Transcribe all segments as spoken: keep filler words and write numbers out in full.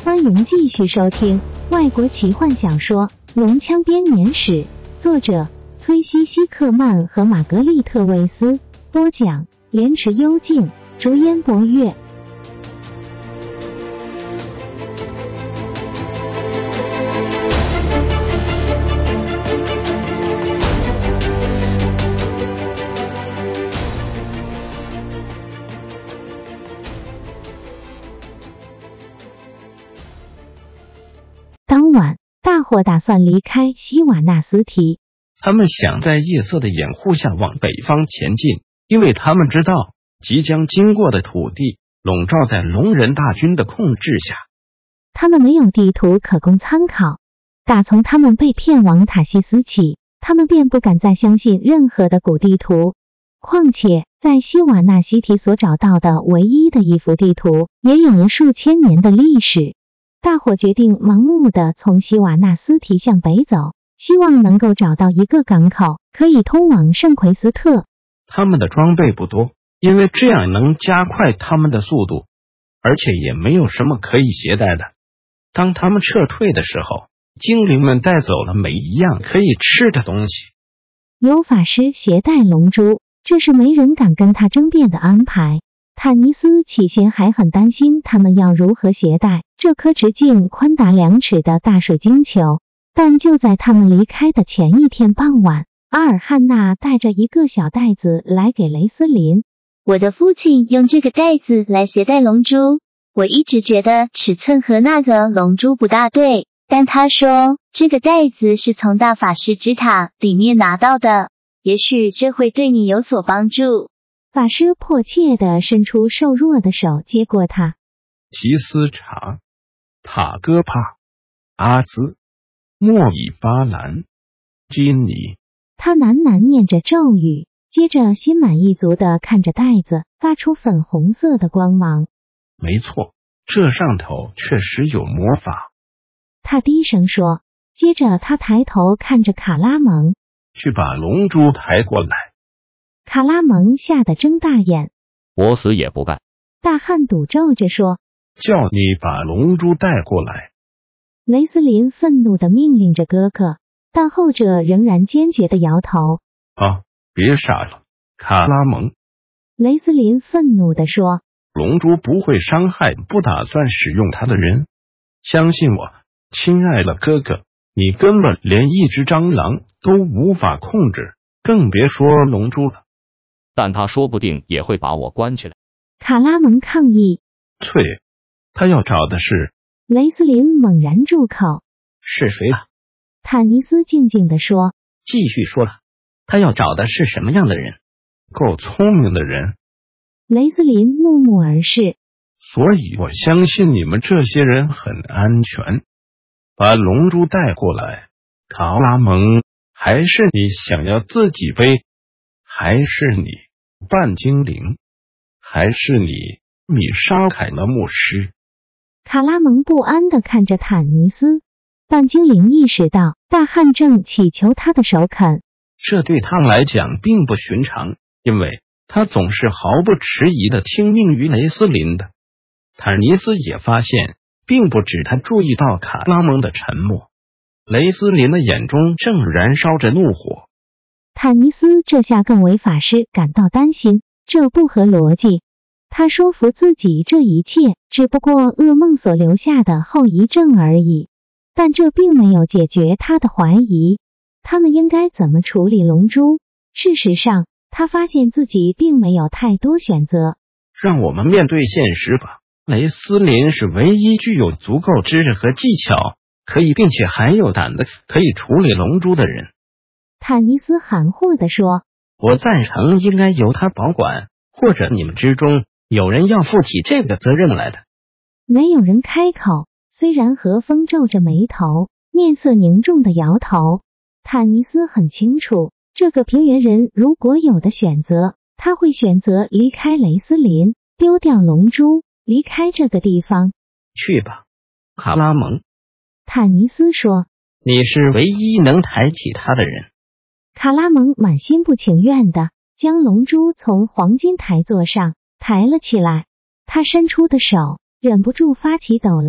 欢迎继续收听外国奇幻小说《龙枪编年史》，作者崔西西克曼和玛格丽特卫斯，播讲莲池幽静，竹烟博月。当晚，大伙打算离开希瓦纳斯提。 他们想在夜色的掩护下往北方前进，因为他们知道即将经过的土地笼罩在龙人大军的控制下。 他们没有地图可供参考，打从他们被骗往塔西斯起，他们便不敢再相信任何的古地图。况且，在希瓦纳西提所找到的唯一的一幅地图，也有了数千年的历史。大伙决定盲目地从希瓦纳斯提向北走，希望能够找到一个港口，可以通往圣奎斯特。 他们的装备不多，因为这样能加快他们的速度，而且也没有什么可以携带的。当他们撤退的时候，精灵们带走了每一样可以吃的东西。 有法师携带龙珠，这是没人敢跟他争辩的安排。坦尼斯起先还很担心他们要如何携带这颗直径宽达两尺的大水晶球，但就在他们离开的前一天傍晚，阿尔汉娜带着一个小袋子来给雷斯林。 我的父亲用这个袋子来携带龙珠，我一直觉得尺寸和那个龙珠不大对，但他说这个袋子是从大法师之塔里面拿到的，也许这会对你有所帮助。 法师迫切地伸出瘦弱的手接过它。 吉斯查、塔戈帕、阿兹、莫以巴兰、金尼。 他喃喃念着咒语，接着心满意足地看着袋子，发出粉红色的光芒。 没错，这上头确实有魔法。 他低声说，接着他抬头看着卡拉蒙， 去把龙珠抬过来。 卡拉蒙吓得睁大眼， 我死也不干。 大汉赌咒着说， 叫你把龙珠带过来。 雷斯林愤怒地命令着哥哥，但后者仍然坚决地摇头。 啊，别傻了，卡拉蒙。 雷斯林愤怒地说， 龙珠不会伤害不打算使用它的人。相信我，亲爱的哥哥，你根本连一只蟑螂都无法控制，更别说龙珠了。 但他说不定也会把我关起来。 卡拉蒙抗议。 对，他要找的是…… 雷斯林猛然住口。 是谁啊？ 坦尼斯静静地说。 继续说了，他要找的是什么样的人？ 够聪明的人。 雷斯林怒目而视。 所以我相信你们这些人很安全。把龙珠带过来，卡拉蒙。还是你想要自己背？还是你半精灵？还是你米沙凯勒牧师？ 卡拉蒙不安地看着坦尼斯。半精灵意识到大汉正祈求他的首肯， 这对他来讲并不寻常，因为他总是毫不迟疑地听命于雷斯林的。坦尼斯也发现，并不止他注意到卡拉蒙的沉默，雷斯林的眼中正燃烧着怒火。 坦尼斯这下更为法师感到担心，这不合逻辑。他说服自己这一切只不过噩梦所留下的后遗症而已，但这并没有解决他的怀疑。他们应该怎么处理龙珠？事实上，他发现自己并没有太多选择。 让我们面对现实吧。雷斯林是唯一具有足够知识和技巧，可以并且还有胆的可以处理龙珠的人。 坦尼斯含糊地说， 我赞成应该由他保管，或者你们之中有人要负起这个责任来的。 没有人开口，虽然何风皱着眉头，面色凝重地摇头。坦尼斯很清楚，这个平原人如果有的选择，他会选择离开雷斯林，丢掉龙珠，离开这个地方。 去吧，卡拉蒙。 坦尼斯说， 你是唯一能抬起他的人。 卡拉蒙满心不情愿地将龙珠从黄金台座上抬了起来，他伸出的手忍不住发起抖来，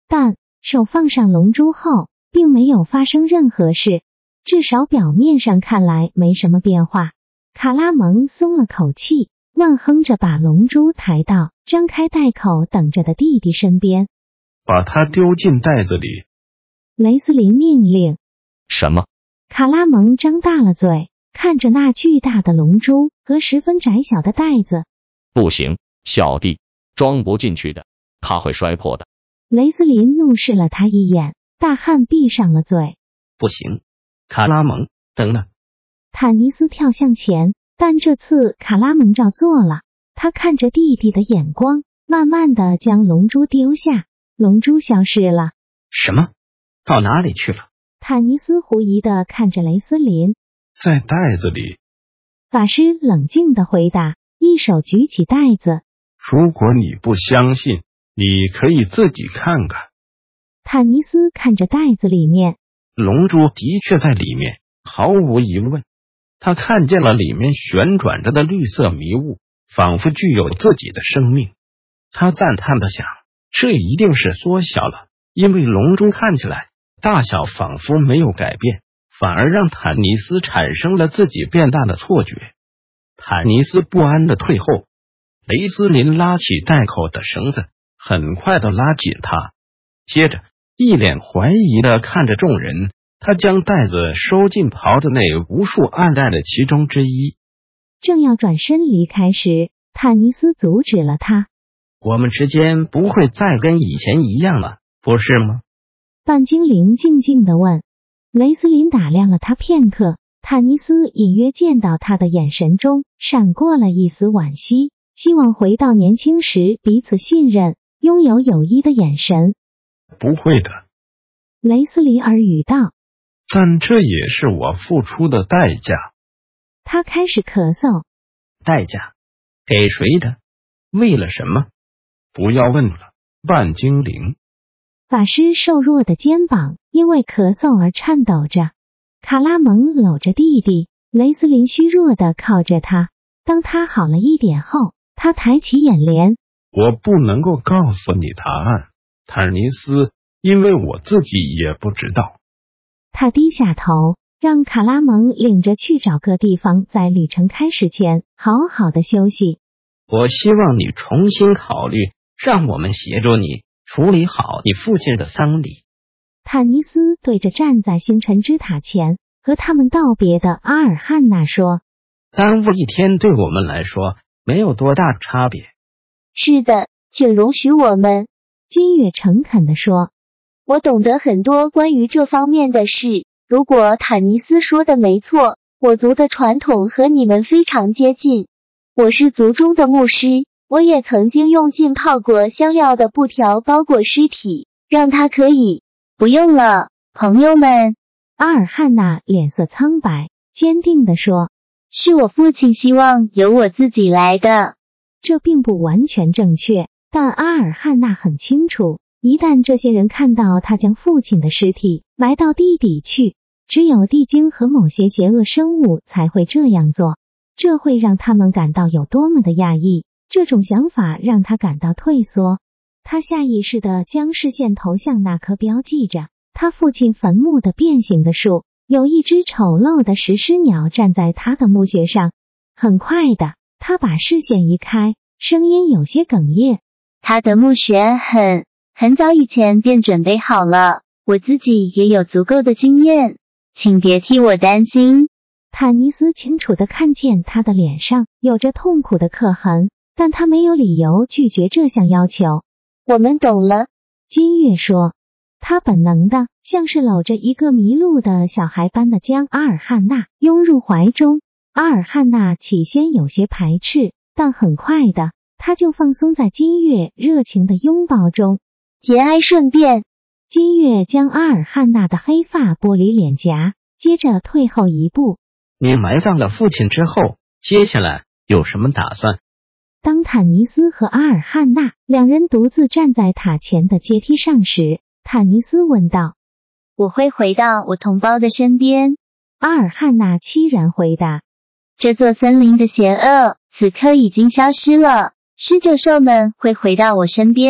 但手放上龙珠后，并没有发生任何事，至少表面上看来没什么变化。卡拉蒙松了口气，慢哼着把龙珠抬到张开袋口等着的弟弟身边。 把它丢进袋子里。 雷斯林命令。 什么？ 卡拉蒙张大了嘴，看着那巨大的龙珠和十分窄小的袋子。 不行，小弟，装不进去的，它会摔破的。 雷斯林怒视了他一眼，大汉闭上了嘴。 不行，卡拉蒙，等等。 坦尼斯跳向前，但这次卡拉蒙照做了。他看着弟弟的眼光，慢慢的将龙珠丢下，龙珠消失了。 什么？到哪里去了？ 坦尼斯狐疑的看着雷斯林。 在袋子里。 法师冷静的回答，一手举起袋子。 如果你不相信，你可以自己看看。 坦尼斯看着袋子里面， 龙珠的确在里面，毫无疑问。他看见了里面旋转着的绿色迷雾，仿佛具有自己的生命。他赞叹的想，这一定是缩小了，因为龙珠看起来大小仿佛没有改变，反而让坦尼斯产生了自己变大的错觉。坦尼斯不安的退后，雷斯林拉起袋口的绳子，很快的拉紧它，接着一脸怀疑的看着众人，他将袋子收进袍子内无数暗袋的其中之一。 正要转身离开时，坦尼斯阻止了他。 我们之间不会再跟以前一样了，不是吗？ 半精灵静静地问。雷斯林打量了他片刻，坦尼斯隐约见到他的眼神中闪过了一丝惋惜，希望回到年轻时彼此信任、拥有友谊的眼神。 不会的， 雷斯林耳语道。 但这也是我付出的代价。 他开始咳嗽。 代价？给谁的？为了什么？ 不要问了，半精灵。 法师瘦弱的肩膀因为咳嗽而颤抖着。卡拉蒙搂着弟弟，雷斯林虚弱的靠着他。当他好了一点后，他抬起眼帘。 我不能够告诉你答案，坦尼斯，因为我自己也不知道。 他低下头，让卡拉蒙领着去找个地方，在旅程开始前好好的休息。 我希望你重新考虑，让我们协助你处理好你父亲的丧礼。 坦尼斯对着站在星辰之塔前和他们道别的阿尔汉娜说， 耽误一天对我们来说没有多大差别。 是的，请容许我们。 金月诚恳地说， 我懂得很多关于这方面的事。如果坦尼斯说的没错，我族的传统和你们非常接近。我是族中的牧师，我也曾经用浸泡过香料的布条包裹尸体，让它可以。不用了，朋友们。 阿尔汉娜脸色苍白，坚定地说， 是我父亲希望由我自己来的。 这并不完全正确，但阿尔汉娜很清楚，一旦这些人看到他将父亲的尸体埋到地底去，只有地精和某些邪恶生物才会这样做，这会让他们感到有多么的讶异。这种想法让他感到退缩，他下意识地将视线投向那棵标记着他父亲坟墓的变形的树，有一只丑陋的石狮鸟站在他的墓穴上。很快的，他把视线移开，声音有些哽咽。 他的墓穴很很早以前便准备好了，我自己也有足够的经验，请别替我担心。 坦尼斯清楚地看见他的脸上有着痛苦的刻痕，但他没有理由拒绝这项要求。 我们懂了， 金月说。他本能的像是搂着一个迷路的小孩般的将阿尔汉娜拥入怀中。阿尔汉娜起先有些排斥，但很快的他就放松在金月热情的拥抱中。 节哀顺变。 金月将阿尔汉娜的黑发拨离脸颊，接着退后一步。 你埋葬了父亲之后，接下来有什么打算？ 当坦尼斯和阿尔汉娜两人独自站在塔前的阶梯上时，坦尼斯问道。 我会回到我同胞的身边。 阿尔汉娜凄然回答。 这座森林的邪恶此刻已经消失了，施救兽们会回到我身边，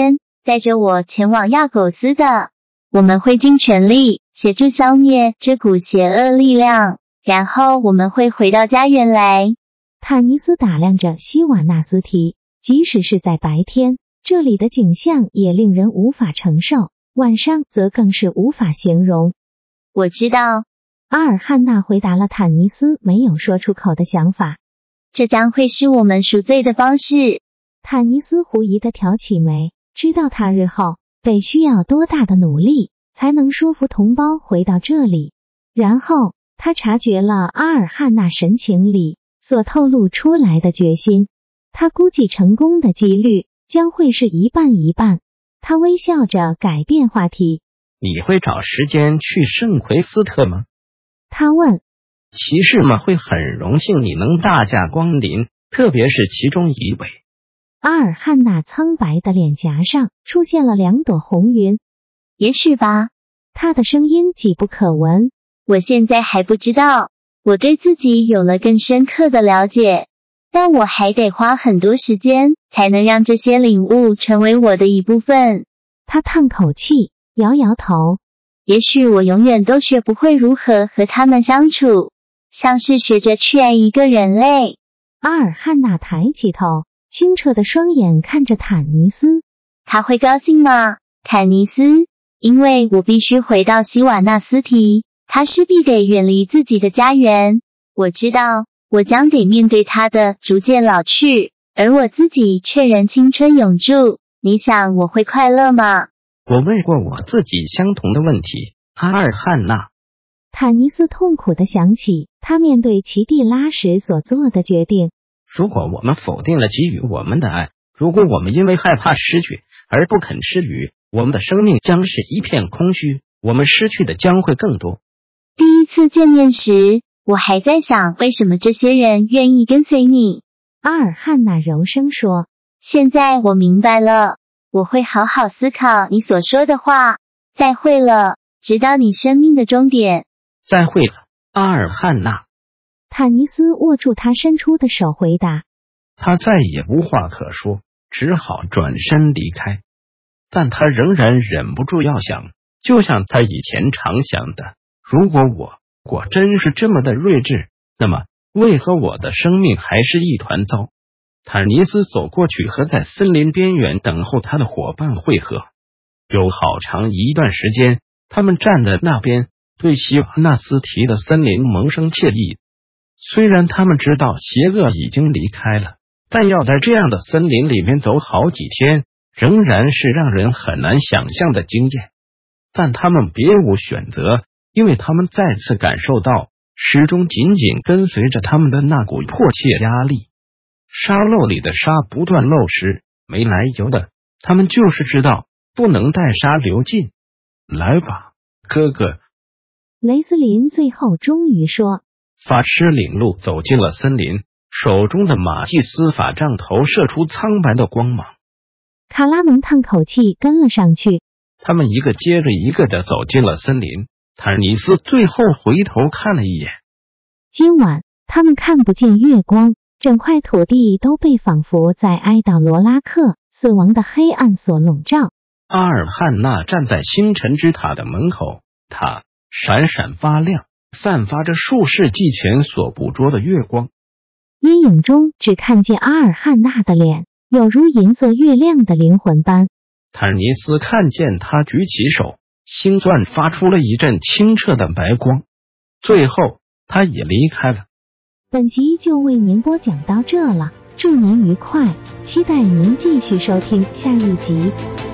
带着我前往亚狗斯的。我们会尽全力协助消灭这股邪恶力量，然后我们会回到家园来。 坦尼斯打量着希瓦纳斯提，即使是在白天，这里的景象也令人无法承受，晚上则更是无法形容。 我知道， 阿尔汉娜回答了坦尼斯没有说出口的想法。 这将会是我们赎罪的方式。 坦尼斯狐疑地挑起眉，知道他日后得需要多大的努力才能说服同胞回到这里。然后他察觉了阿尔汉娜神情里所透露出来的决心，他估计成功的几率将会是一半一半。他微笑着改变话题。 你会找时间去圣奎斯特吗？ 他问。 骑士们会很荣幸你能大驾光临，特别是其中一位。 阿尔汉娜苍白的脸颊上出现了两朵红云。 也许吧。 他的声音几不可闻。 我现在还不知道，我对自己有了更深刻的了解，但我还得花很多时间才能让这些领悟成为我的一部分。 他叹口气，摇摇头。 也许我永远都学不会如何和他们相处，像是学着去爱一个人类。 阿尔汉娜抬起头，清澈的双眼看着坦尼斯。 他会高兴吗，坦尼斯？因为我必须回到希瓦纳斯提，他势必得远离自己的家园。我知道，我将得面对他的逐渐老去，而我自己却仍青春永驻。你想我会快乐吗？ 我问过我自己相同的问题，阿尔汉娜。 坦尼斯痛苦地想起他面对奇蒂拉时所做的决定。 如果我们否定了给予我们的爱，如果我们因为害怕失去而不肯施予，我们的生命将是一片空虚，我们失去的将会更多。 第一次见面时，我还在想为什么这些人愿意跟随你。 阿尔汉娜柔声说。 现在我明白了，我会好好思考你所说的话。再会了，直到你生命的终点。 再会了，阿尔汉娜。 坦尼斯握住他伸出的手回答。 他再也无话可说，只好转身离开。但他仍然忍不住要想，就像他以前常想的，如果我果真是这么的睿智，那么为何我的生命还是一团糟？坦尼斯走过去和在森林边缘等候他的伙伴会合。有好长一段时间，他们站在那边，对希瓦纳斯提的森林萌生惬意。虽然他们知道邪恶已经离开了，但要在这样的森林里面走好几天，仍然是让人很难想象的经验。但他们别无选择，因为他们再次感受到始终紧紧跟随着他们的那股迫切压力。沙漏里的沙不断漏失，没来由的，他们就是知道不能带沙流尽。来吧，哥哥。 雷斯林最后终于说。 法师领路走进了森林，手中的马祭司法杖头射出苍白的光芒。 卡拉蒙叹口气跟了上去。 他们一个接着一个的走进了森林。坦尼斯最后回头看了一眼。 今晚他们看不见月光，整块土地都被仿佛在哀悼罗拉克死亡的黑暗所笼罩。 阿尔汉娜站在星辰之塔的门口，塔闪闪发亮，散发着数世纪前所捕捉的月光。 阴影中只看见阿尔汉娜的脸，有如银色月亮的灵魂般。 坦尼斯看见他举起手，星钻发出了一阵清澈的白光。最后他也离开了。 本集就为您播讲到这了，祝您愉快，期待您继续收听下一集。